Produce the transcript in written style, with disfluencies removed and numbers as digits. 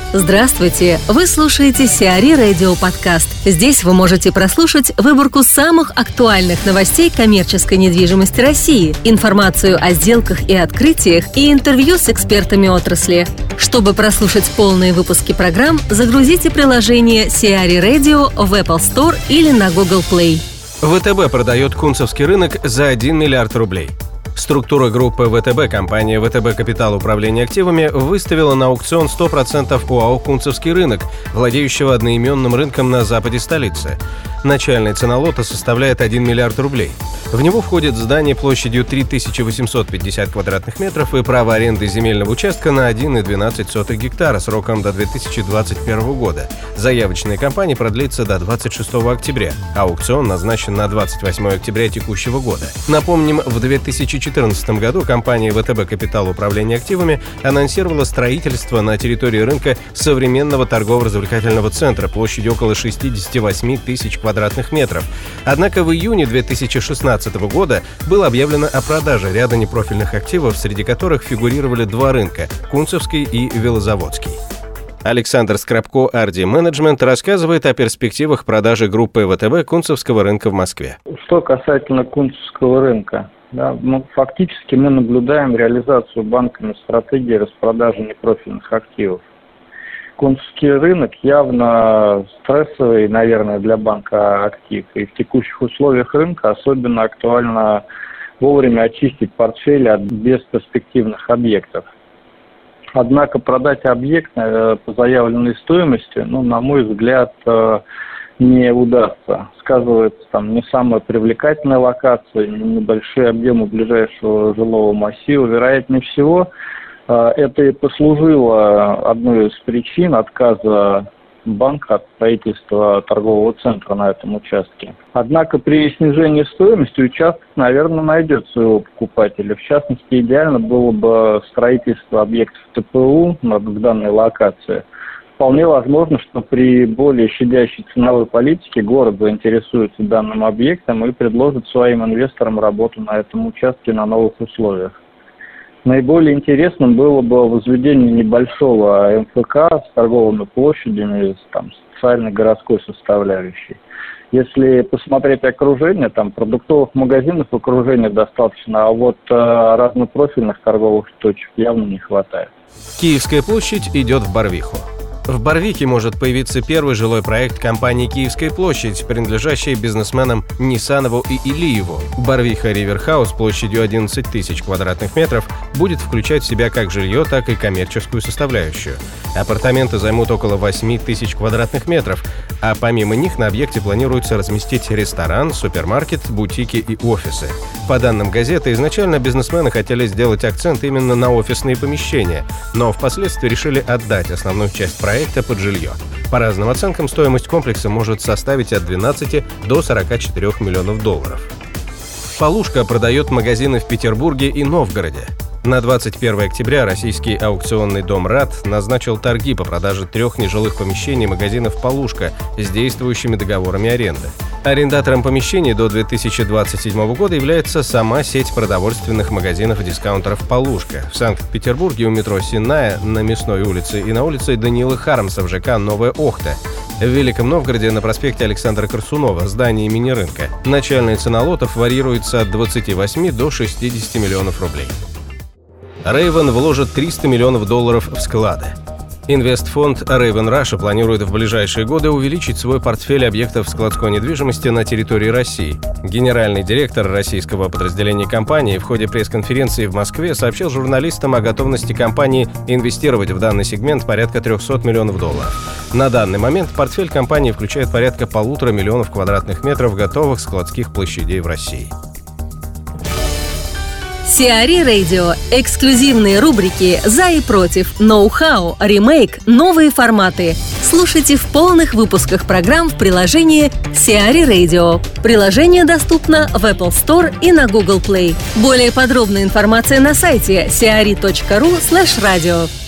Здравствуйте! Вы слушаете Сиари Радио Подкаст. Здесь вы можете прослушать выборку самых актуальных новостей коммерческой недвижимости России, информацию о сделках и открытиях и интервью с экспертами отрасли. Чтобы прослушать полные выпуски программ, загрузите приложение Сиари Radio в Apple Store или на Google Play. ВТБ продает Кунцевский рынок за 1 миллиард рублей. Структура группы ВТБ, компания ВТБ Капитал Управления активами, выставила на аукцион 100% ОАО «Кунцевский рынок», владеющего одноименным рынком на западе столицы. Начальная цена лота составляет 1 миллиард рублей. В него входит здание площадью 3850 квадратных метров и право аренды земельного участка на 1,12 гектара сроком до 2021 года. Заявочная кампания продлится до 26 октября. Аукцион назначен на 28 октября текущего года. Напомним, в 2014 году компания ВТБ Капитал Управления активами анонсировала строительство на территории рынка современного торгово-развлекательного центра площадью около 68 тысяч квадратных метров. Однако в июне 2016 года было объявлено о продаже ряда непрофильных активов, среди которых фигурировали два рынка – Кунцевский и Велозаводский. Александр Скрабко, Арди Менеджмент, рассказывает о перспективах продажи группы ВТБ Кунцевского рынка в Москве. Что касательно Кунцевского рынка, фактически мы наблюдаем реализацию банками стратегии распродажи непрофильных активов. Кунцевский рынок явно стрессовый, наверное, для банка актив. И в текущих условиях рынка особенно актуально вовремя очистить портфель от бесперспективных объектов. Однако продать объект по заявленной стоимости, на мой взгляд, не удастся. Сказывается не самая привлекательная локация, небольшие объемы ближайшего жилого массива. Вероятнее всего, это и послужило одной из причин отказа банка от строительства торгового центра на этом участке. Однако при снижении стоимости участок, наверное, найдет своего покупателя. В частности, идеально было бы строительство объектов ТПУ в данной локации. Вполне возможно, что при более щадящей ценовой политике город заинтересуется данным объектом и предложит своим инвесторам работу на этом участке на новых условиях. Наиболее интересным было бы возведение небольшого МФК с торговыми площадями, с социальной городской составляющей. Если посмотреть окружение, продуктовых магазинов в окружении достаточно, а вот разнопрофильных торговых точек явно не хватает. Киевская площадь идет в Барвиху. В Барвихе может появиться первый жилой проект компании «Киевская площадь», принадлежащий бизнесменам Нисанову и Илиеву. Барвиха Риверхаус площадью 11 тысяч квадратных метров будет включать в себя как жилье, так и коммерческую составляющую. Апартаменты займут около 8 тысяч квадратных метров, а помимо них на объекте планируется разместить ресторан, супермаркет, бутики и офисы. По данным газеты, изначально бизнесмены хотели сделать акцент именно на офисные помещения, но впоследствии решили отдать основную часть проекта под жилье. По разным оценкам, стоимость комплекса может составить от 12 до 44 миллионов долларов. Полушка продает магазины в Петербурге и Новгороде. На 21 октября российский аукционный дом РАД назначил торги по продаже 3 нежилых помещений магазинов «Полушка» с действующими договорами аренды. Арендатором помещений до 2027 года является сама сеть продовольственных магазинов-дискаунтеров «Полушка». В Санкт-Петербурге у метро Сенная на Мясной улице и на улице Данилы Хармса в ЖК «Новая Охта». В Великом Новгороде на проспекте Александра Корсунова, здание имени рынка. Начальная цена лотов варьируется от 28 до 60 миллионов рублей. Raven вложит 300 миллионов долларов в склады. Инвестфонд Raven Russia планирует в ближайшие годы увеличить свой портфель объектов складской недвижимости на территории России. Генеральный директор российского подразделения компании в ходе пресс-конференции в Москве сообщил журналистам о готовности компании инвестировать в данный сегмент порядка 300 миллионов долларов. На данный момент портфель компании включает порядка 1,5 миллионов квадратных метров готовых складских площадей в России. Сиари Radio. Эксклюзивные рубрики «За и против», «Ноу-хау», «Ремейк», «Новые форматы». Слушайте в полных выпусках программ в приложении Сиари Radio. Приложение доступно в Apple Store и на Google Play. Более подробная информация на сайте siari.ru/radio.